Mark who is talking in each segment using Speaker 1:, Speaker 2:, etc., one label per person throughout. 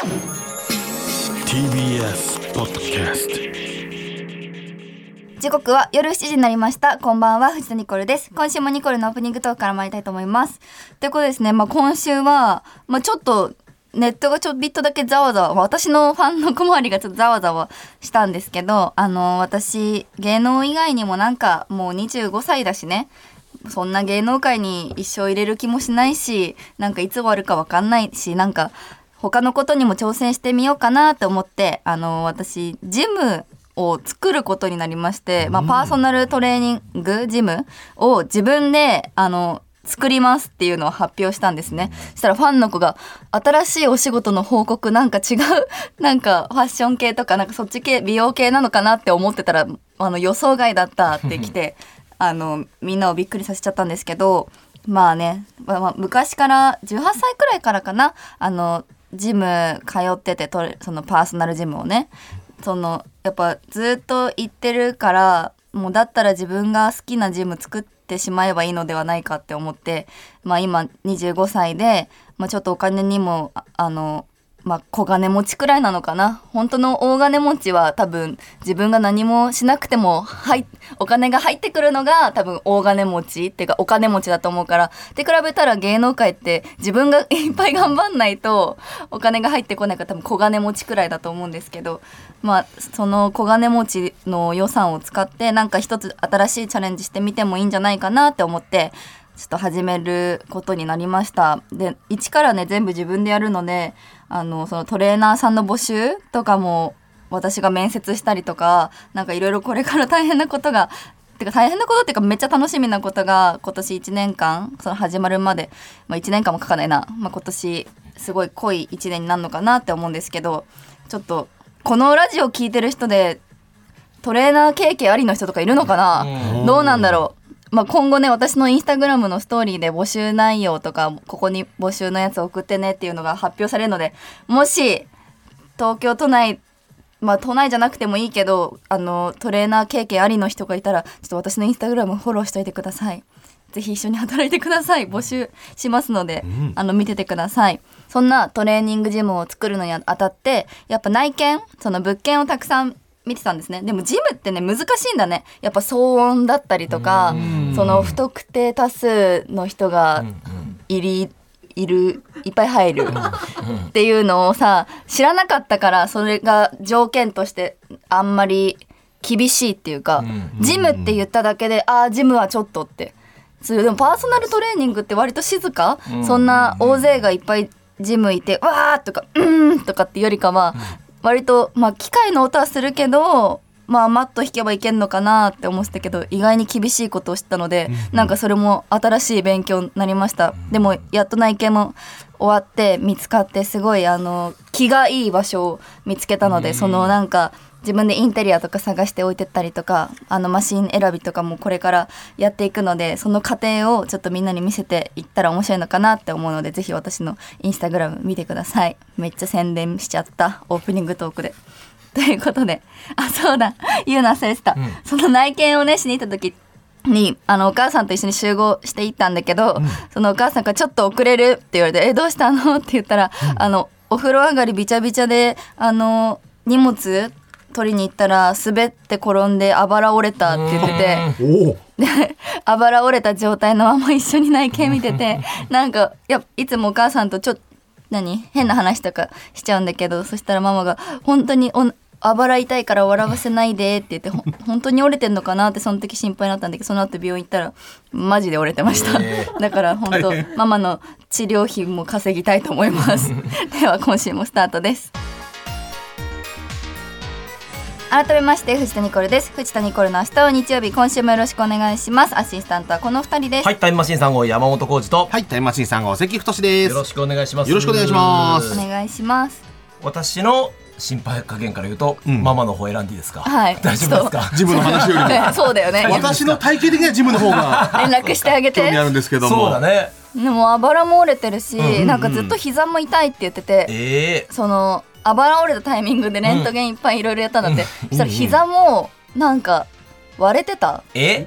Speaker 1: TBS ポッドキャスト。
Speaker 2: 時刻は夜7時になりました。こんばんは、藤田ニコルです。今週もニコルのオープニングトークから参りたいと思います。ということですね、今週は、ちょっとネットがちょびっとだけざわざわ、私のファンの小回りがちょっとざわざわしたんですけど、私芸能以外にももう25歳だしね、そんな芸能界に一生入れる気もしないし、いつ終わるか分かんないし、他のことにも挑戦してみようかなと思って、私ジムを作ることになりまして、パーソナルトレーニングジムを自分で作りますっていうのを発表したんですね。そしたらファンの子が新しいお仕事の報告違うファッション系とかそっち系美容系なのかなって思ってたら予想外だったって来てみんなをびっくりさせちゃったんですけど、昔から18歳くらいからかな、ジム通ってて、そのパーソナルジムをね、やっぱずっと行ってるから、もうだったら自分が好きなジム作ってしまえばいいのではないかって思って、今25歳で、ちょっとお金にも小金持ちくらいなのかな。本当の大金持ちは多分自分が何もしなくてもお金が入ってくるのが多分大金持ちっていうかお金持ちだと思うから、って比べたら芸能界って自分がいっぱい頑張んないとお金が入ってこないから、多分小金持ちくらいだと思うんですけど、その小金持ちの予算を使って一つ新しいチャレンジしてみてもいいんじゃないかなって思ってちょっと始めることになりました。で、一からね全部自分でやるので、そのトレーナーさんの募集とかも私が面接したりとか、いろいろこれから大変なことっていうかめっちゃ楽しみなことが今年1年間その始まるまで、1年間もかかないな、今年すごい濃い1年になるのかなって思うんですけど、ちょっとこのラジオ聞いてる人でトレーナー経験ありの人とかいるのかな。どうなんだろう。今後ね、私のインスタグラムのストーリーで募集内容とか、ここに募集のやつを送ってねっていうのが発表されるので、もし東京都内、都内じゃなくてもいいけどトレーナー経験ありの人がいたら、ちょっと私のインスタグラムフォローしといてください。ぜひ一緒に働いてください。募集しますので、見ててください。そんなトレーニングジムを作るのにあたって、やっぱ内見、その物件をたくさん見てたんですね。でもジムってね難しいんだね。やっぱ騒音だったりとか、その不特定多数の人がいっぱい入るっていうのを知らなかったから、それが条件としてあんまり厳しいっていうか、ジムって言っただけでジムはちょっとって、でもパーソナルトレーニングって割と静か、そんな大勢がいっぱいジムいてわーとかとかってよりかは割と機械の音はするけどマット引けばいけんのかなって思ってたけど、意外に厳しいことを知ったので、それも新しい勉強になりました。でもやっと内見も終わって見つかって、すごい気がいい場所を見つけたので、その自分でインテリアとか探して置いてったりとか、マシン選びとかもこれからやっていくので、その過程をちょっとみんなに見せていったら面白いのかなって思うので、ぜひ私のインスタグラム見てください。めっちゃ宣伝しちゃったオープニングトークで。ということで、そうだ、言うの忘れてた、その内見をねしに行った時にお母さんと一緒に集合していったんだけど、そのお母さんがちょっと遅れるって言われて、どうしたのって言ったら、お風呂上がりびちゃびちゃで荷物取りに行ったら滑って転んであばら折れたって言ってて、であばら折れた状態のまま一緒に内見見てて、いつもお母さんと変な話とかしちゃうんだけど、そしたらママが本当にあばら痛いから笑わせないでって言って本当に折れてんのかなってその時心配になったんだけど、その後病院行ったらマジで折れてました、だから本当ママの治療費も稼ぎたいと思いますでは今週もスタートです。改めまして藤田ニコルです。藤田ニコルの明日は日曜日、今週もよろしくお願いします。アシスタントはこの2人です。
Speaker 3: はい、タイムマシーン3号山本浩二と、
Speaker 4: はい、タイムマシーン3号関太です。
Speaker 3: よろしくお願いします。
Speaker 4: よろしくお願いします。
Speaker 2: お願いします。
Speaker 3: 私の心配加減から言うと、ママの方選んでいいですか。
Speaker 2: はい、
Speaker 3: 大丈夫ですか。
Speaker 4: ジムの話よりも
Speaker 2: そうだよね。
Speaker 4: 私の体型的なジムの方が
Speaker 2: 連絡してあげて
Speaker 4: 興味あるんですけども。
Speaker 3: そうだね。
Speaker 2: でもあばらも折れてるし、ずっと膝も痛いって言ってて、そのあばら折れたタイミングでレントゲンいっぱいいろいろやったんだって、そしたら膝も割れてた。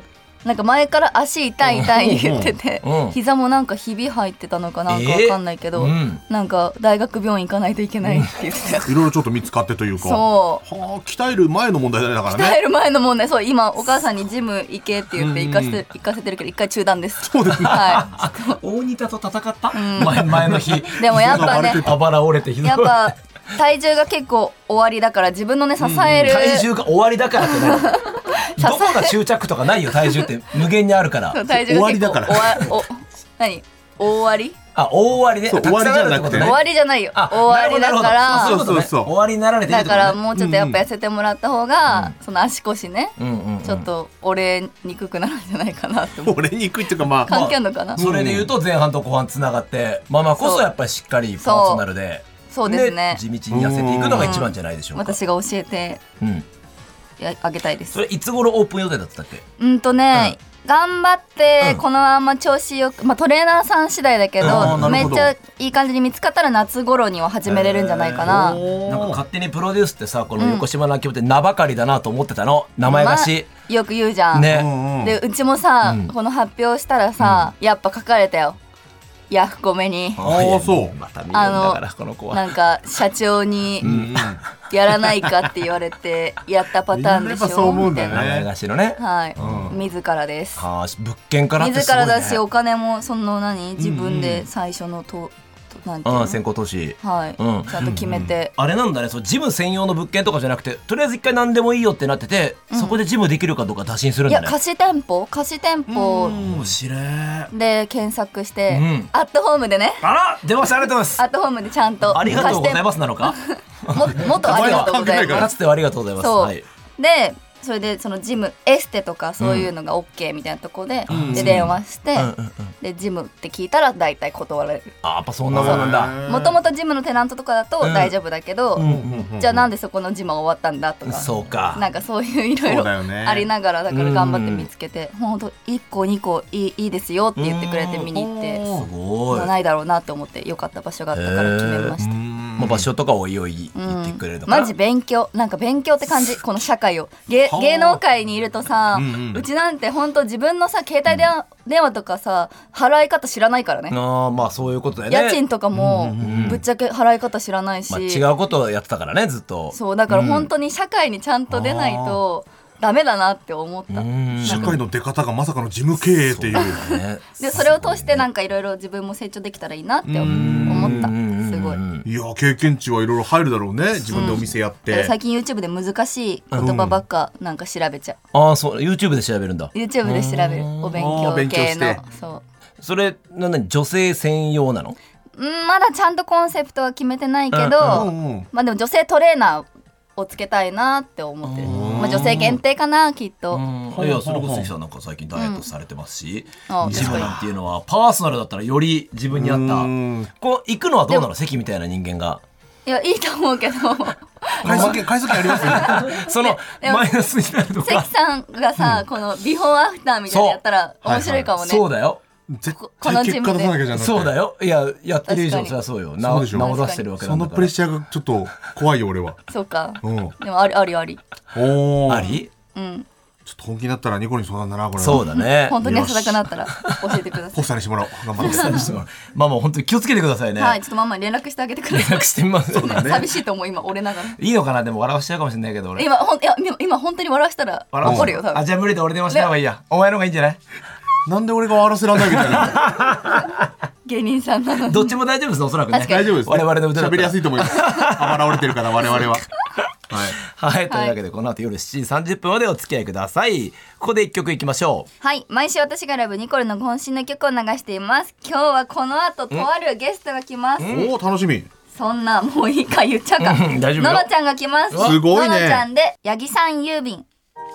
Speaker 2: なんか前から足痛い痛い言ってて、
Speaker 3: うん
Speaker 2: 膝もなんかひび入ってたのかなんかわかんないけど、なんか大学病院行かないといけないって言ってた。
Speaker 4: いろいろちょっと見つかってというか。
Speaker 2: そう
Speaker 4: はあ、鍛える前の問題だねだからね。
Speaker 2: 鍛える前の問題。そう今お母さんにジム行けって言って行かせてるけど一回中断です。
Speaker 4: そうですね。
Speaker 2: は
Speaker 3: 大仁田と戦った、前の日
Speaker 2: い。でもやっぱね、
Speaker 3: あばら折れて膝
Speaker 2: やっぱ体重が結構終わりだから自分のね支える、
Speaker 3: 体重が終わりだからって何どこが終着とかないよ。体重って無限にあるから。
Speaker 2: そう体重が結構
Speaker 4: 終わりだ
Speaker 2: 何大終わり
Speaker 3: あ、大終わりね。
Speaker 4: そう
Speaker 3: たくさんあるってことね
Speaker 4: 終わりじゃなくてね
Speaker 2: 終わりじゃないよ。
Speaker 3: あ
Speaker 2: 終わりだから
Speaker 3: そういうことね。
Speaker 4: そう
Speaker 3: 終わりになられてるっ
Speaker 2: だか
Speaker 3: てことね。
Speaker 2: らもうちょっとやっぱ痩せてもらった方が、その足腰ね、ちょっと折れにくくなるんじゃないかなって思う。
Speaker 4: 俺に行くっていうかまあ。
Speaker 2: 関係あるのかな。
Speaker 3: それで言うと前半と後半つながってママこそやっぱりしっかりパーソナルで
Speaker 2: そうですね。
Speaker 3: 地道に痩せていくのが一番じゃないでしょうか。
Speaker 2: 私が教えてあげたいです。
Speaker 3: それいつ頃オープン予定だったっけ？
Speaker 2: 頑張ってこのまま調子よく、トレーナーさん次第だけど、めっちゃいい感じに見つかったら夏頃には始めれるんじゃないかな。
Speaker 3: なんか勝手にプロデュースってさ、この横島の秋元って名ばかりだなと思ってたの。名前がし、
Speaker 2: よく言うじゃん。
Speaker 3: ね。
Speaker 2: でうちもさ、この発表したらさ、やっぱ書かれたよ。ヤフコメに
Speaker 4: ああそう。
Speaker 3: また見るんだからこの子は。
Speaker 2: なんか社長にやらないかって言われてやったパターンでしょ。
Speaker 4: やっぱそう思うんだよね。
Speaker 3: 名前がしのね。
Speaker 2: はい、自らです。
Speaker 3: 物件からってす
Speaker 2: 自
Speaker 3: ごいね。
Speaker 2: らだしお金もその自分で最初のなんていうの、
Speaker 3: 先行投資。
Speaker 2: はい、ちゃんと決めて、
Speaker 3: あれなんだね、そうジム専用の物件とかじゃなくて、とりあえず一回何でもいいよってなってて、そこでジムできるかどうか打診するんだね。
Speaker 2: いや貸し店舗
Speaker 3: 面白い。
Speaker 2: で検索して、アットホームでね、
Speaker 3: あら、出ました、ありがとうございます。
Speaker 2: アットホームでちゃんと
Speaker 3: ありがとうございますなのか。
Speaker 2: もっとありがとうございます。
Speaker 3: かつてはありがとうございます。
Speaker 2: そう、
Speaker 3: はい。
Speaker 2: でそれでそのジムエステとかそういうのが OK みたいなとこで、で電話して、でジムって聞いたら大体断られる。
Speaker 3: やっぱそんなもんなんだ。
Speaker 2: もともとジムのテナントとかだと大丈夫だけど、じゃあなんでそこのジムは終わったんだとか、
Speaker 3: そうか。
Speaker 2: なんかそういういろいろありながら、だから頑張って見つけて、ほんと1個2個いいですよって言ってくれて見に行って、
Speaker 3: すごい。
Speaker 2: ないだろうなって思ってよかった場所があったから決めました。
Speaker 3: もう場所とかおいおい言ってくれるのかな。
Speaker 2: マジ勉強、なんか勉強って感じ。この社会を芸能界にいるとさ、うちなんて本当自分のさ携帯電話とかさ払い方知らないからね。
Speaker 3: まあそういうことだよね。
Speaker 2: 家賃とかもぶっちゃけ払い方知らないし、
Speaker 3: 違うことをやってたからねずっと。
Speaker 2: そうだから本当に社会にちゃんと出ないとダメだなって思った。
Speaker 4: 社会の出方がまさかの事務経営っていう。
Speaker 2: でそれを通してなんかいろいろ自分も成長できたらいいなって思った。すごい。
Speaker 4: いや経験値はいろいろ入るだろうね。自分でお店やって。
Speaker 2: 最近 YouTube で難しい言葉ばっかなんか調べちゃう。
Speaker 3: ああそう YouTube で調べるんだ。
Speaker 2: YouTube で調べるお勉強系の。
Speaker 3: それ女性専用なの？
Speaker 2: まだちゃんとコンセプトは決めてないけど、まあでも女性トレーナーをつけたいなって思ってる。女性限定かなきっと。
Speaker 3: いやそれこそ関さんなんか最近ダイエットされてますし、ジムなんていうのはパーソナルだったらより自分に合ったこう行くのはどうなの？関みたいな人間が。
Speaker 2: いやいいと思うけど
Speaker 4: 回数券ありますよね。
Speaker 3: そのマイナスになるとか。
Speaker 2: 関さんがさ、このビフォーアフターみたいなやったら面白いかもね。
Speaker 3: そうだよ。
Speaker 4: 絶対結果出さなきゃじゃなくて。
Speaker 3: そうだよ。いややってる以上そりゃそうよ。名を出してるわけなんだから。
Speaker 4: そのプレッシャーがちょっと怖いよ俺は。
Speaker 2: そうか。でもあり。
Speaker 3: あり？
Speaker 4: ちょっと本気になったらニコに相談だなこれ。
Speaker 3: そうだね。
Speaker 2: 本当に痩せたくなったら教えてください。
Speaker 4: ポスターにしてもらおう。頑張って。
Speaker 3: ママ本当に気をつけてくださいね。
Speaker 2: はい、ちょっとママに連絡してあげてください。
Speaker 3: 連絡してみます。
Speaker 2: 寂しいと思う今俺ながら。い
Speaker 3: いのかなでも笑わしちゃうかもしれないけど俺。
Speaker 2: 今本当に笑わしたら怒るよ多分。
Speaker 3: じゃあ無理で俺電話した方がいいや。お前の方がいいんじゃない？
Speaker 4: なんで俺が笑わせらんないみたいな。
Speaker 2: 芸人さんなのに。
Speaker 3: どっちも大丈夫ですおそらくね。
Speaker 4: 大丈夫です。
Speaker 3: 我々の腕だったら
Speaker 4: 喋りやすいと思います。あばら折れてるから我々は。
Speaker 3: はい、というわけでこの後夜7時30分までお付き合いください。ここで一曲いきましょう。
Speaker 2: はい、毎週私が選ぶニコルの渾身の曲を流しています。今日はこの後とあるゲストが来ます。
Speaker 4: おお楽しみ。
Speaker 2: そんなもういいか言っちゃうか。
Speaker 3: 大丈夫よ。
Speaker 2: ののちゃんが来ます。
Speaker 4: すごいね。
Speaker 2: ののちゃんで八木さん郵便。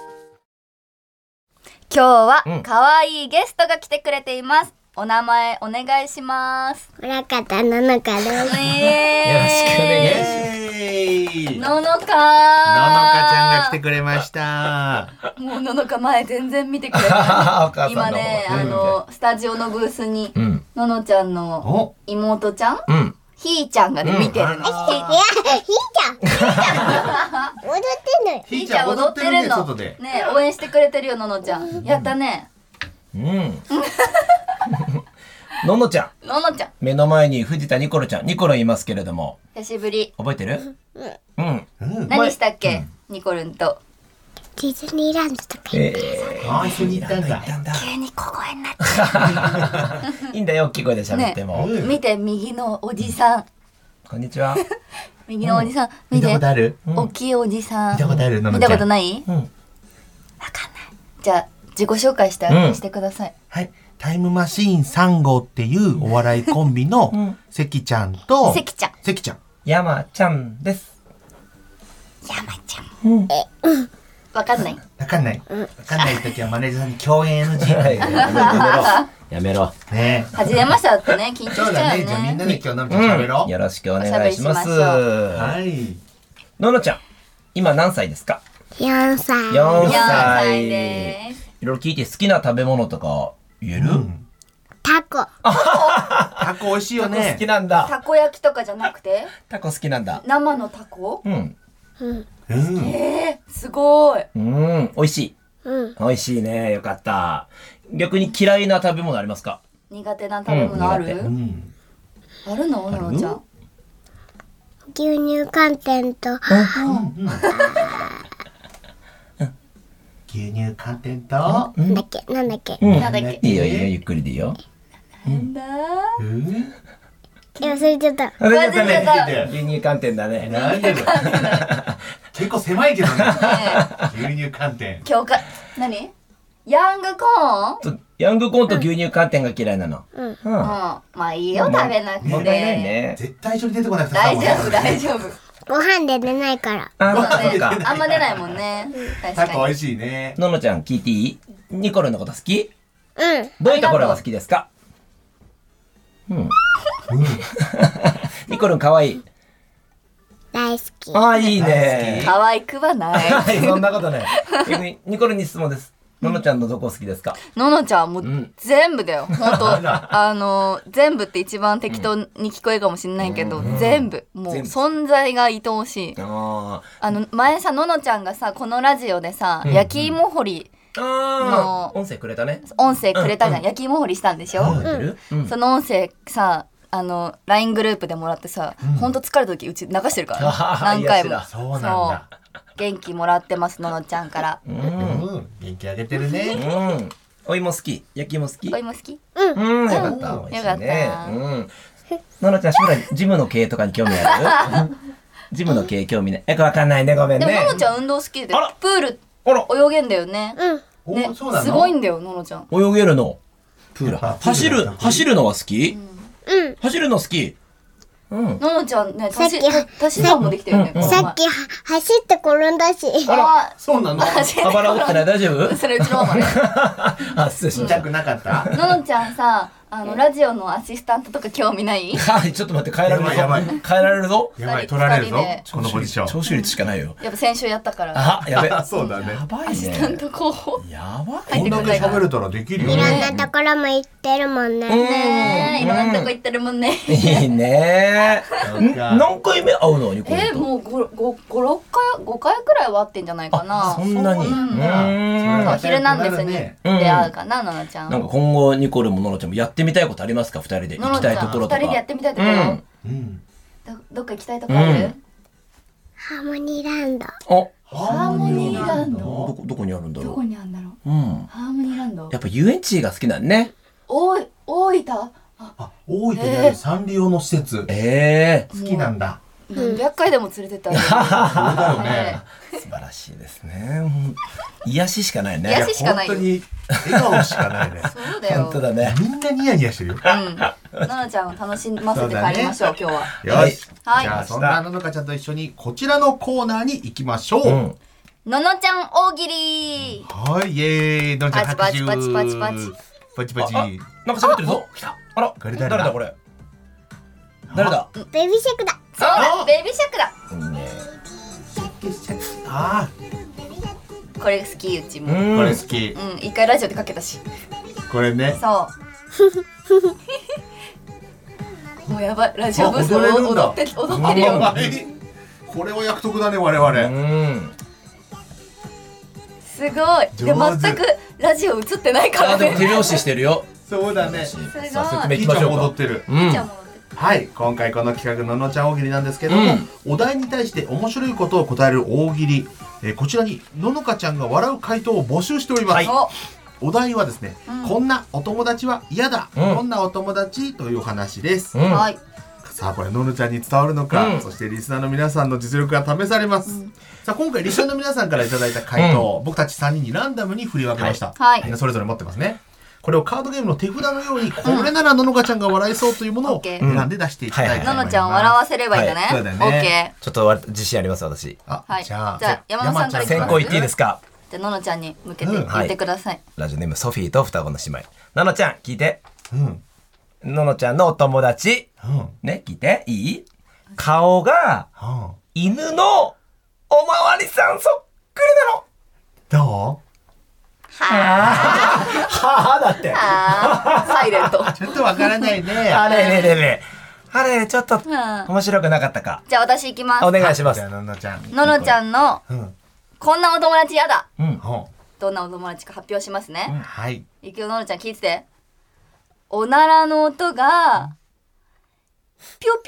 Speaker 2: 今日は可愛いゲストが来てくれています。お名前お願いします。
Speaker 5: 村方ののかです。
Speaker 3: よろしくお願いします。
Speaker 2: ののか。
Speaker 6: ののかちゃんが来てくれました。
Speaker 2: もうののか前全然見てくれない。今ねスタジオのブースにののちゃんの妹ちゃん、ひーちゃんがね見てるの。
Speaker 5: いや、ひーちゃん。踊ってんのよ。
Speaker 2: ひーちゃん踊ってるの。ね応援してくれてるよののちゃん。やったね。
Speaker 3: ののちゃん、
Speaker 2: ののちゃん
Speaker 3: 目の前に藤田ニコルちゃん、ニコルンいますけれども、
Speaker 2: 久しぶり。
Speaker 3: 覚えてる？
Speaker 2: 何したっけ、ニコルンと。
Speaker 5: ディズニーランドとか
Speaker 6: あ、一緒に行ったんだ。
Speaker 2: 急に小声になっちゃ
Speaker 3: いいんだよ、大きい声で喋っても。
Speaker 2: う。見て、右のおじさん。
Speaker 3: こんにちは。
Speaker 2: 右のおじさん。
Speaker 6: 見
Speaker 2: 見て
Speaker 6: たことある？
Speaker 2: 大きいおじさん。
Speaker 6: 見たことある？のの
Speaker 2: 見た
Speaker 6: ちゃん
Speaker 2: ことない？
Speaker 3: うん。
Speaker 2: わかんない。じゃあ、自己紹介してしてください。
Speaker 6: はい。タイムマシーン3号っていうお笑いコンビの関ちゃんと、
Speaker 2: 関ちゃん。
Speaker 6: 関ちゃん。
Speaker 3: 山ちゃんです。
Speaker 2: 山ちゃん。わかんない。
Speaker 6: わかんない。わかんない時はマネージャーさんに共演 NG。
Speaker 3: やめろ。
Speaker 6: ね
Speaker 2: はじめましてだってね、緊張しちゃうよ
Speaker 6: じゃあみんな
Speaker 2: ね。
Speaker 6: で今日ののちゃん喋ろう。
Speaker 3: よろしくお願いします。
Speaker 2: おしゃべりしましょ
Speaker 6: はい。
Speaker 3: ののちゃん、今何歳ですか
Speaker 5: 4歳。
Speaker 3: ？4
Speaker 2: 4歳
Speaker 3: 歳。
Speaker 2: です。
Speaker 3: いろいろ聞いて好きな食べ物とか言える？
Speaker 5: タコ。
Speaker 6: タコ美味しいよ
Speaker 3: 好
Speaker 6: ね
Speaker 3: き。なんだ。
Speaker 2: たこ焼きとかじゃなくて
Speaker 3: タコ好きなんだ。
Speaker 2: 生のタコ？
Speaker 3: うん。
Speaker 2: すごい。
Speaker 3: 美味しい。
Speaker 5: うん。
Speaker 3: 美味しいね。よかった。逆に嫌いな食べ物ありますか？
Speaker 2: 苦手な食べ物ある？
Speaker 3: 苦手
Speaker 2: あるの？ののちゃん。
Speaker 5: 牛乳寒天と、
Speaker 6: 牛乳寒天と、
Speaker 5: なんだっけなんだっけ、
Speaker 2: なんだっけ？
Speaker 3: いいよいいよ、ゆっくりでいいよ。
Speaker 2: なんだ？
Speaker 5: 忘れちゃった。
Speaker 3: 忘れちゃ
Speaker 2: 忘れちゃった
Speaker 3: ね。牛乳寒天だね。
Speaker 6: なんで結構狭いけどね。牛乳寒天。
Speaker 2: 今日か、何？ヤングコーン？
Speaker 3: ヤングコーンと牛乳寒天が嫌いなの。
Speaker 5: うん。
Speaker 2: うん。まあいいよ、食べなく
Speaker 3: 問題ない
Speaker 2: て。
Speaker 3: ね。
Speaker 6: 絶対一緒に出てこなくて
Speaker 2: 大丈夫、大丈夫。
Speaker 5: ご飯で寝ないから。
Speaker 3: あ、そっかそっ
Speaker 2: ね
Speaker 3: か。
Speaker 2: あんま出ないもんね。確かに。
Speaker 6: タコ美味しいね。
Speaker 3: ののちゃん聞いていい？ニコルのこと好き？
Speaker 5: うん。
Speaker 3: どういうところが好きですか？ニコルンかわいい。
Speaker 5: 大好き。
Speaker 3: ああ、いいね。
Speaker 2: 可愛くはない。
Speaker 3: はい、そんなことない。逆にニコルンに質問です。ののちゃんのどこ好きですか？
Speaker 2: ののちゃんもう全部だよ。本当全部って一番適当に聞こえるかもしれないけど、全部もう
Speaker 3: 全部
Speaker 2: 存在が愛おしい。
Speaker 3: あ
Speaker 2: 前さののちゃんがさこのラジオでさ、焼き芋掘り
Speaker 3: あ、音声くれたね。
Speaker 2: 音声くれたじゃん、焼き芋掘りしたんでしょ、
Speaker 3: 覚えてる？
Speaker 2: その音声さLINE グループでもらってさ、ほんと疲れた時うち流してるからね、何回も。
Speaker 3: 癒しだ
Speaker 6: そうなんだ。
Speaker 2: 元気もらってますののちゃんから。
Speaker 6: 元気あげてるね。
Speaker 3: お芋好き？焼き芋好き？
Speaker 2: お芋好き？
Speaker 3: よかった。美味しいね。
Speaker 2: よかった
Speaker 3: ののちゃん将来ジムの経営とかに興味ある？ジムの経営興味ない。わかんないね。ごめんね。
Speaker 2: でもののちゃん運動好きで
Speaker 3: あら
Speaker 2: プール
Speaker 3: あら、
Speaker 2: 泳げんだよね。
Speaker 6: お
Speaker 2: ね、
Speaker 6: そうなの？
Speaker 2: すごいんだよののちゃん。
Speaker 3: 泳げるの。プール。
Speaker 6: やっぱプールが
Speaker 3: 走るのは好き？
Speaker 5: うん。
Speaker 3: 走るの好き？
Speaker 2: ののちゃんね、
Speaker 5: さっき
Speaker 2: 足し算もできたよね。この前
Speaker 5: さっき走って転んだし。
Speaker 2: あ
Speaker 6: そうなの？
Speaker 3: あばら折ってない？大丈夫？
Speaker 2: それうちのママね。
Speaker 3: あ、失礼しまし
Speaker 6: 痛くなかった？
Speaker 2: ののちゃんさ、ラジオのアシスタントとか興味ない？
Speaker 3: た。はい、ちょっと待って、変えられるぞ。
Speaker 6: やばい
Speaker 3: 変えられるぞ。
Speaker 6: やばい、取られるぞ
Speaker 2: 二人で。
Speaker 6: このポジション。
Speaker 3: 聴取率しかないよ。
Speaker 2: やっぱ先週やったから。
Speaker 3: あ、やべ。
Speaker 6: そうだね。
Speaker 3: やばい
Speaker 2: アシスタン
Speaker 3: ね。
Speaker 2: ト候補。
Speaker 3: やばい
Speaker 2: 入って
Speaker 6: こんだけ
Speaker 2: くれないから。
Speaker 6: 喋れたらできるよ
Speaker 5: いろん
Speaker 6: ね。
Speaker 5: なところも行ってるもんね。
Speaker 2: ねえ、いろんなとこ行ってるもんね。
Speaker 3: いいね。
Speaker 6: なんか
Speaker 3: 何回目会うのにこれと。
Speaker 2: もう5回くらいは会ってんじゃないかな。
Speaker 3: そんなに。
Speaker 2: そう、ヒルナンデスに出会うかな、ののちゃん。
Speaker 3: なんか今後ニコルもののちゃんもやってみたいことありますか？二人で行きたいところとか。
Speaker 2: 二人でやってみたいところ。
Speaker 6: うん。
Speaker 2: どっか行きたいところある？
Speaker 5: ハーモニーランド。
Speaker 3: お、
Speaker 2: ハーモニーランド。
Speaker 3: どこにあるんだろ
Speaker 2: どこにあるんだろう。
Speaker 3: う。
Speaker 2: ハーモニーランド。
Speaker 3: やっぱ遊園地が好きなんね。
Speaker 2: 大分。
Speaker 6: あ、大分にあるサンリオの施設。好きなんだ。
Speaker 2: 何百回でも連れてった。
Speaker 6: そうだよね。
Speaker 3: 素晴らしいですね。癒ししかないね。
Speaker 2: 癒ししかないよ
Speaker 6: 本当に笑顔しかないね。
Speaker 2: そうだよ。
Speaker 3: 本当だね。
Speaker 6: みんなニヤニヤしてるよ。
Speaker 2: なのちゃんを楽しませて帰りましょう、今日は。
Speaker 6: よし。
Speaker 2: はい
Speaker 6: じゃあそんなののかちゃんと一緒にこちらのコーナーに行きましょう。
Speaker 2: ののちゃん大喜利。
Speaker 6: はい、イエーイ。ののちゃん拍手。
Speaker 2: パチパチパチ
Speaker 6: パチパチ。
Speaker 3: なんか喋ってるぞ。来た。あら、
Speaker 6: これ誰だ
Speaker 3: 誰だこれ。誰だ。
Speaker 5: ベビーシェイクだ。
Speaker 2: そうだ、ベイビーシャックだ。
Speaker 3: いいね。
Speaker 6: あ
Speaker 2: これ好き、うちも。
Speaker 6: ー、これ好き。
Speaker 2: 一回ラジオでかけたし。
Speaker 6: これね。
Speaker 2: そう。もうやばい、ラジオブース
Speaker 6: 踊れるんだ
Speaker 2: 踊ってるよ。
Speaker 6: これは約束だね、我々。
Speaker 2: すごい。で全くラジオ映ってないから
Speaker 3: でも手
Speaker 2: ね。
Speaker 3: 拍子してるよ。
Speaker 6: そうだね。
Speaker 3: 早速目い
Speaker 6: ピーちゃん
Speaker 3: きましょうか。
Speaker 6: 戻ってる。
Speaker 3: うん。
Speaker 2: じゃあもう
Speaker 6: はい、今回この企画ののちゃん大喜利なんですけども、お題に対して面白いことを答える大喜利、こちらにののかちゃんが笑う回答を募集しております。
Speaker 3: はい
Speaker 2: お
Speaker 6: お題はですね、こんなお友達は嫌だ、どんなお友達というお話です。
Speaker 3: うん
Speaker 2: はい。
Speaker 6: さあこれののちゃんに伝わるのか、そしてリスナーの皆さんの実力が試されます。さあ今回リスナーの皆さんからいただいた回答、僕たち3人にランダムに振り分けました。
Speaker 2: はい
Speaker 6: みんなそれぞれ持ってますね。これをカードゲームの手札のように、これならののかちゃんが笑いそうというものを
Speaker 2: OK
Speaker 6: 選んで出していきたいと思います。
Speaker 2: ののちゃんを笑わせればいいんだね。
Speaker 6: はいそうだ
Speaker 2: オッ
Speaker 6: ね
Speaker 2: ケ
Speaker 3: ちょっと自信あります私。
Speaker 6: あ、
Speaker 2: はい
Speaker 6: じゃあ
Speaker 2: じゃあ山野さんからいきます
Speaker 3: 先行言っていいですか。
Speaker 2: ー。じゃあののちゃんに向けて
Speaker 6: うん
Speaker 2: 言ってください。
Speaker 3: ラジオネームソフィーと双子の姉妹。ののちゃん聞いて。
Speaker 6: うん。
Speaker 3: ののちゃんのお友達。
Speaker 6: うん。
Speaker 3: ね、聞いて。いい？顔が犬のおまわりさんそっくりなの。
Speaker 6: ど
Speaker 3: はあだって。
Speaker 2: あーサイレント。
Speaker 6: うちょっとわからないね。
Speaker 3: あれれれれ。あれちょっと
Speaker 2: ん
Speaker 3: 面白くなかったか。
Speaker 2: じゃあ私行きます。
Speaker 3: お願いします
Speaker 6: じゃあ。ののちゃん。
Speaker 2: ののちゃんの
Speaker 6: うん。
Speaker 2: こんなお友達やだ。
Speaker 3: うん。
Speaker 6: うん。
Speaker 2: どんなお友達か発表しますね。
Speaker 6: はい。
Speaker 2: いくよののちゃん聞いてて。おならの音がピュピュ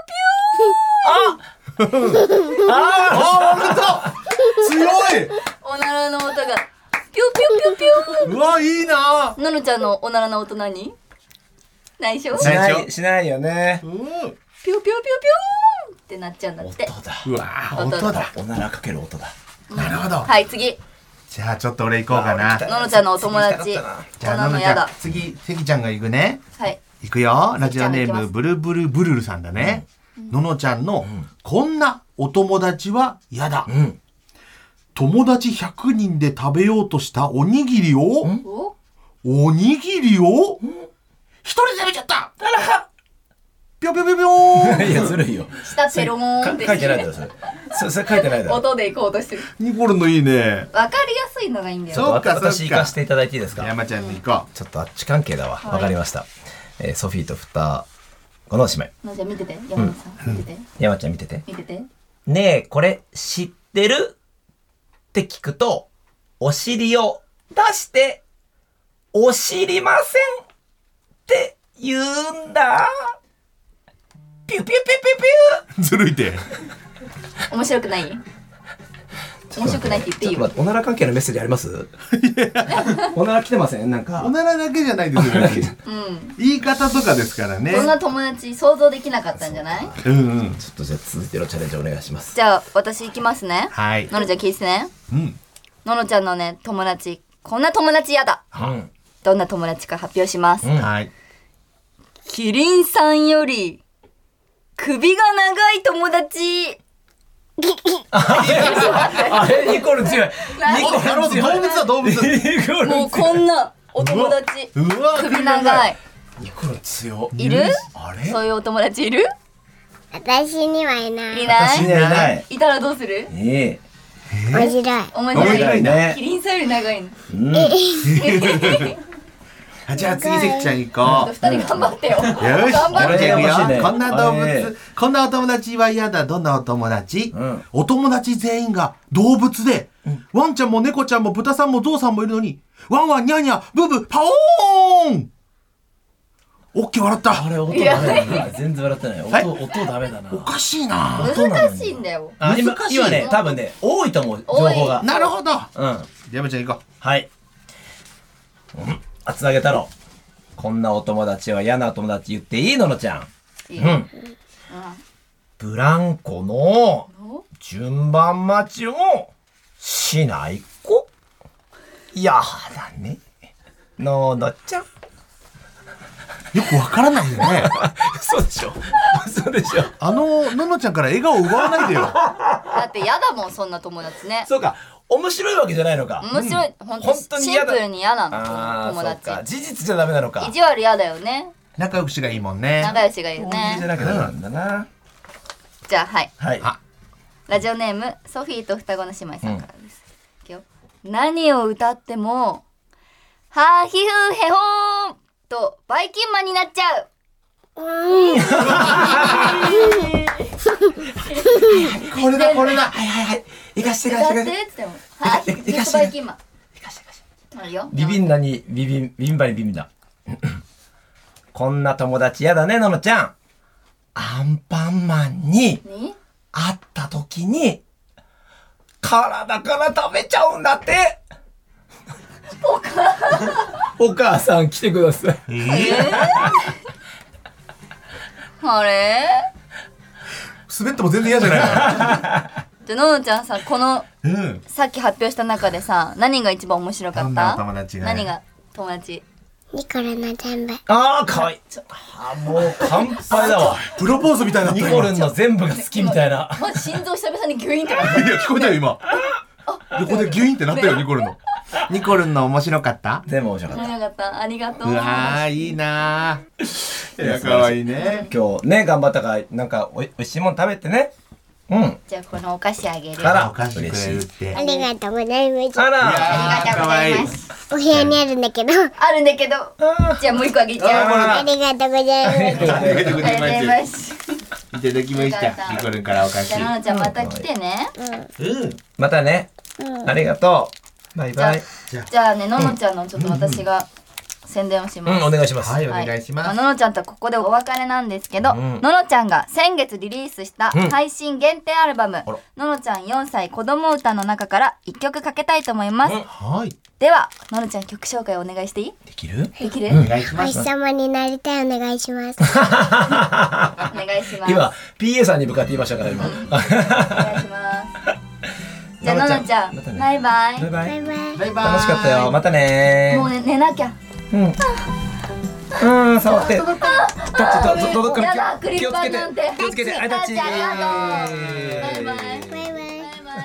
Speaker 2: ピュピュー。
Speaker 6: あ、本当。強い。
Speaker 2: おならの音がピュピュピュピュ
Speaker 6: うわ、いいな。
Speaker 2: ー。ののちゃんのおならの音何？内緒？
Speaker 3: しないしないよね。
Speaker 6: うん。
Speaker 2: ピュピュピュピューってなっちゃうんだって。
Speaker 3: 音だ。
Speaker 6: うわ、音だ。
Speaker 3: おならかける音だ。
Speaker 6: なるほど。
Speaker 2: はい次。
Speaker 6: じゃあちょっと俺行こうかな。
Speaker 2: ののちゃんのお友達。
Speaker 3: 次行きたか
Speaker 6: じゃあ
Speaker 2: こんな
Speaker 6: ののちゃん
Speaker 2: のやだ。
Speaker 6: 次関ちゃんが行くね。
Speaker 2: はい。
Speaker 6: 行くよ。ラジオネー
Speaker 2: 関ちゃんが行きます
Speaker 6: ムブルブルブルルさんだね。ののちゃんのこんなお友達は嫌だ。
Speaker 3: うん。
Speaker 6: 友達100人で食べようとしたおにぎりを、
Speaker 2: お？
Speaker 6: おにぎりを一人で食べちゃったあらぴょぴょぴょぴょーん
Speaker 3: いやずるいよ。
Speaker 2: 下ペローンって
Speaker 3: 書いてないだろそれ。それ書いてないだろ。
Speaker 2: 音で行こうとしてる。
Speaker 6: ニコルのいいね。
Speaker 2: わかりやすいのがいいんだよ。
Speaker 6: そうか
Speaker 3: 私行かせていただいていいですか。
Speaker 6: 山ちゃんに行こ
Speaker 3: ちょっとあっち関係だわ。わかりました。ソフィーと双子の姉妹。
Speaker 2: のじゃ見てて山田さん見てて
Speaker 3: 山ちゃん見てて。
Speaker 2: 見てて。
Speaker 3: ねえこれ知ってるって聞くとお尻を出してお知りませんって言うんだ。ピュピュピュピュピュ。
Speaker 6: う。ずるいて。
Speaker 2: 面白くない？面白くないって言っていいよ。
Speaker 3: ちょっと待って、おなら関係のメッセージありますおなら来てませんなんか
Speaker 6: お。ならだけじゃないですよね。
Speaker 2: うん。
Speaker 6: 言い方とかですからね。
Speaker 2: そんな友達想像できなかったんじゃない？
Speaker 6: うんうん。
Speaker 3: ちょっとじゃあ続いてのチャレンジお願いします。
Speaker 2: じゃあ私行きますね。
Speaker 6: はい。
Speaker 2: ののちゃん聞いてね。
Speaker 6: うん。
Speaker 2: ののちゃんのね友達こんな友達やだ。
Speaker 3: うん。
Speaker 2: どんな友達か発表します。
Speaker 3: うん
Speaker 6: はい。
Speaker 2: キリンさんより首が長い友達。
Speaker 3: あれニコル強い。ニコル
Speaker 6: なるほど、動物だ、動物。
Speaker 3: ニコル
Speaker 2: もうこんなお友達
Speaker 6: うわ、
Speaker 2: 首長い。
Speaker 3: ニコル強
Speaker 2: いる？
Speaker 3: あれ
Speaker 2: そういうお友達いる？
Speaker 5: 私にはいない
Speaker 2: いない？
Speaker 3: いない
Speaker 2: いたらどうする？
Speaker 3: え
Speaker 5: 面白い
Speaker 2: 面
Speaker 6: 面白
Speaker 2: 白い。
Speaker 6: いね
Speaker 2: キリンさんより長いの。
Speaker 6: じゃあ次関ちゃん行こう。
Speaker 2: 二人頑張ってよ。
Speaker 6: よし、
Speaker 2: 頑張って
Speaker 6: じゃあ行くよ。
Speaker 3: 欲しいね
Speaker 6: こんな動
Speaker 3: あれ
Speaker 6: 物、こんなお友達は嫌だ。どんなお友達
Speaker 3: うん
Speaker 6: お友達全員が動物で、ワンちゃんも猫ちゃんも豚さんもゾウさんもいるのに、ワンワンニャーニャーブブパオーンオッケー笑った。
Speaker 3: あれ音ダメだな。全然笑ってない。
Speaker 6: はい
Speaker 3: 音ダメだな。
Speaker 6: おかしいな。
Speaker 2: 難しいんだよ。
Speaker 3: あ今
Speaker 6: 難しい
Speaker 3: 今ね多分ね多いと思う情報が。
Speaker 6: なるほど。
Speaker 3: うん。
Speaker 6: 山ちゃん行こ
Speaker 3: はい。つなげたろ。こんなお友達は嫌なお友達言っていいののちゃん。
Speaker 2: いいよ。
Speaker 3: うん。ブランコの順番待ちをしない子。やだね。ののちゃん。
Speaker 6: う。よくわからないよね。
Speaker 3: そうでしょ。そうでしょ。
Speaker 6: ののちゃんから笑顔奪わないでよ。
Speaker 2: だって嫌だもんそんな友達ね。
Speaker 3: そうか。面白いわけじゃないのか。
Speaker 2: 面白い。本
Speaker 3: 本
Speaker 2: 当にシ
Speaker 3: 当に嫌だ
Speaker 2: ンプルに嫌な
Speaker 3: ああ、
Speaker 2: の友
Speaker 3: そうか。
Speaker 2: 達。
Speaker 3: 事実じゃダメなのか。
Speaker 2: 意地悪嫌だよね。
Speaker 6: 仲良くしがいいもんね。
Speaker 2: 仲良しがいるね。
Speaker 3: 大喜利じゃなきゃダメなんだな。
Speaker 2: じゃあはい。
Speaker 3: はい。
Speaker 6: あ
Speaker 2: ラジオネームソフィーと双子の姉妹さんからです。いくよ。何を歌ってもハーヒフヘホーンとバイキンマンになっちゃう。
Speaker 3: これだこれだ。はい行かして行かして
Speaker 2: 歌ってっつってもはい
Speaker 3: 行かして
Speaker 2: スパイキーマン
Speaker 3: 行かして
Speaker 2: あるよ
Speaker 3: ビビンナにビビンバにビビンナ。こんな友達やだねののちゃん。アンパンマンに
Speaker 2: に
Speaker 3: 会った時に体から食べちゃうんだって。お母さん来てください。
Speaker 2: あれ
Speaker 6: 滑っても全然嫌じゃない
Speaker 2: じゃあののちゃんさこの
Speaker 6: うん
Speaker 2: さっき発表した中でさ何が一番面白かった
Speaker 6: どんなお友達が
Speaker 2: 何が友達
Speaker 5: ニコルの全部。
Speaker 3: ああ、かわいい。もう乾杯だわ。
Speaker 6: プロポーズみたいになった今
Speaker 3: ニコルンの全部が好きみたいな。
Speaker 2: まず心臓久々にギュインってなった
Speaker 6: いや聞こえたよ今横でギュインってなったよニコルンのニコルンの面白かった
Speaker 3: 全部面白かっ
Speaker 2: 面白かったありがとう
Speaker 6: うわーいいなーいや可愛いね
Speaker 3: た。今日ね、頑張ったから、なんかおいしいもん食べてね。うん。
Speaker 2: じゃあこのお菓子あげる
Speaker 3: あら
Speaker 6: お菓子くれるって
Speaker 5: ありがとうございます。
Speaker 3: あら。
Speaker 2: ありがとうございます
Speaker 5: お部屋にあるんだけど。
Speaker 2: あるんだけどじゃあもう一個あげちゃう
Speaker 5: ありがとうございます。
Speaker 6: ありがとうご
Speaker 2: ありがとうござ
Speaker 6: ざい
Speaker 2: い
Speaker 6: ま
Speaker 2: ますす
Speaker 6: いただきましたニコルンからお菓子
Speaker 2: じゃあののちゃんまた来てね
Speaker 6: うん
Speaker 3: またね。ありがとう。バイバイ。
Speaker 2: じゃあねののちゃんのちょっと私が宣伝をします
Speaker 3: お願いします。
Speaker 6: はいお願いします
Speaker 2: ののちゃんとはここでお別れなんですけど、ののちゃんが先月リリースした配信限定アルバム、ののちゃん4歳子供歌の中から1曲かけたいと思います。
Speaker 6: はい
Speaker 2: では、ののちゃん曲紹介お願いしていい？
Speaker 3: できる？
Speaker 2: できる？
Speaker 6: お願いします
Speaker 5: お日様になりたいお願いします。
Speaker 2: お願いします。
Speaker 3: 今 PA さんに向かって言いましたから今。
Speaker 2: お願いします。じゃあののちゃん、
Speaker 3: またね
Speaker 2: バイバイ。
Speaker 3: バイバイ。
Speaker 5: バイバイ。
Speaker 6: バイバイ
Speaker 3: 楽しかったよ。またね
Speaker 2: もうね寝なきゃ。
Speaker 3: うん、触って。
Speaker 2: 届か
Speaker 3: 届く
Speaker 2: やだクリッパ
Speaker 3: 気をつけて
Speaker 2: ーなんて。
Speaker 3: 気をつけて。あいたち。
Speaker 2: ありがとう。バイバイ。
Speaker 5: バイバイ。
Speaker 2: バイバイ。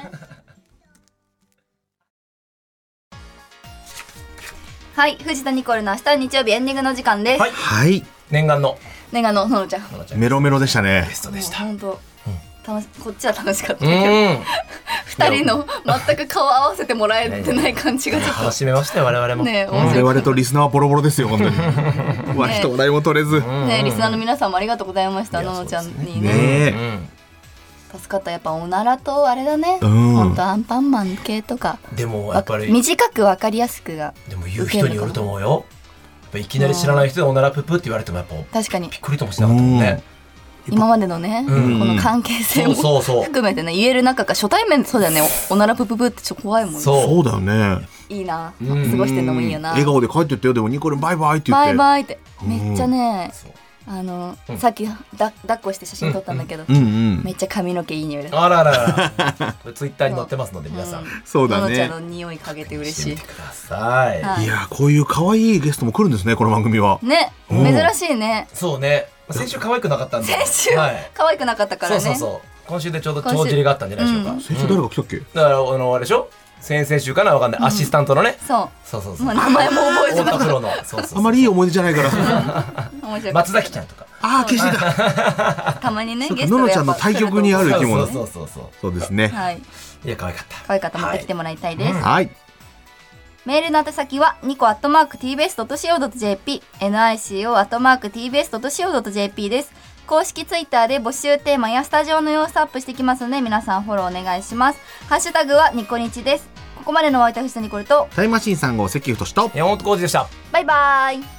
Speaker 2: はい、藤田ニコルの明日は日曜日エンディングの時間です。
Speaker 3: はい
Speaker 6: はい
Speaker 3: 念願の
Speaker 2: ねがののちゃん。も
Speaker 6: メロメロでしたね
Speaker 3: ベストで
Speaker 2: う
Speaker 3: した。
Speaker 2: 本当楽しこっちは楽しかった
Speaker 3: う
Speaker 2: けど、
Speaker 3: ん。
Speaker 2: 二人の全く顔合わせてもらえてない感じがちょっ
Speaker 3: 楽しめましたよ我々も。
Speaker 2: とね面
Speaker 6: 我
Speaker 2: 白
Speaker 6: 々とリスナーはボロボロですよ本当にうわ人笑いも取れず
Speaker 2: ねリスナーの皆さんもありがとうございました。ののちゃんにね
Speaker 6: ね
Speaker 3: うん。
Speaker 2: 助かった。やっぱおならとあれだね。
Speaker 6: うん
Speaker 2: 本当アンパンマン系とか
Speaker 3: でもやっぱり
Speaker 2: 短くわかりやすくが
Speaker 3: でも言う人によると思うよ。やっぱいきなり知らない人でおならぷぷって言われてもやっぱびっ
Speaker 2: 確かに
Speaker 3: くりともしなかったもんね。
Speaker 2: 今までのね、
Speaker 3: うん
Speaker 2: この関係性も
Speaker 3: そうそうそう
Speaker 2: 含めてね言える中か初対面そうだよね。おならぷぷぷってちょっと怖いもんね。
Speaker 3: そう
Speaker 6: そうだよね
Speaker 2: いいな。
Speaker 3: うん
Speaker 2: 過ごしてんのもいいよな。
Speaker 6: 笑顔で帰ってってよでもニコルンバイバイって言って
Speaker 2: バイバイってめっちゃね
Speaker 3: そう
Speaker 2: さっき抱っこして写真撮ったんだけど、
Speaker 6: うんうん
Speaker 2: めっちゃ髪の毛いい匂いで。
Speaker 3: あららら。これツイッターに載ってますので皆さん
Speaker 6: そうだ
Speaker 2: ののちゃん
Speaker 6: ね
Speaker 2: の匂い嗅げて嬉しい
Speaker 3: してみて。ください。
Speaker 2: はい
Speaker 6: いやこういう可愛いゲストも来るんですねこの番組は
Speaker 2: ね、
Speaker 6: うん
Speaker 2: 珍しいね。
Speaker 3: そうね。先週可愛くなかったんで。
Speaker 2: 先週、
Speaker 3: はい。
Speaker 2: 可愛くなかったからね。
Speaker 3: そうそうそう。今週でちょうど帳尻があったんじゃないでしょうか。
Speaker 6: 先週誰が来たっけ
Speaker 3: だからあれでしょ。先々週かなわかんない。アシスタントのね。
Speaker 2: そ
Speaker 3: そうそうそう。
Speaker 2: もう名前も覚えてない
Speaker 3: 太田プロの。そうそうそう。
Speaker 6: あまりいい思い出じゃないから
Speaker 2: 面白い。
Speaker 3: 松崎ちゃんとか。
Speaker 6: ああ消してた
Speaker 2: たまにね
Speaker 6: そうか
Speaker 2: ゲストが
Speaker 6: ののちゃんの対局にある生き物
Speaker 3: そうそうそうそう。
Speaker 6: そうですね
Speaker 2: はい、
Speaker 3: いや可愛かった。
Speaker 2: 可愛かった。また来てもらいたいです。
Speaker 6: はい
Speaker 2: メールの宛先はnico@tbs.co.jp nico@tbs.co.jp です。公式ツイッターで募集テーマやスタジオの様子アップしてきますので皆さんフォローお願いします。ハッシュタグはニコニチです。ここまでのお相手は藤田ニコルと
Speaker 6: タイムマシーン3号関太と
Speaker 3: 山本浩二でした。
Speaker 2: バイバイ。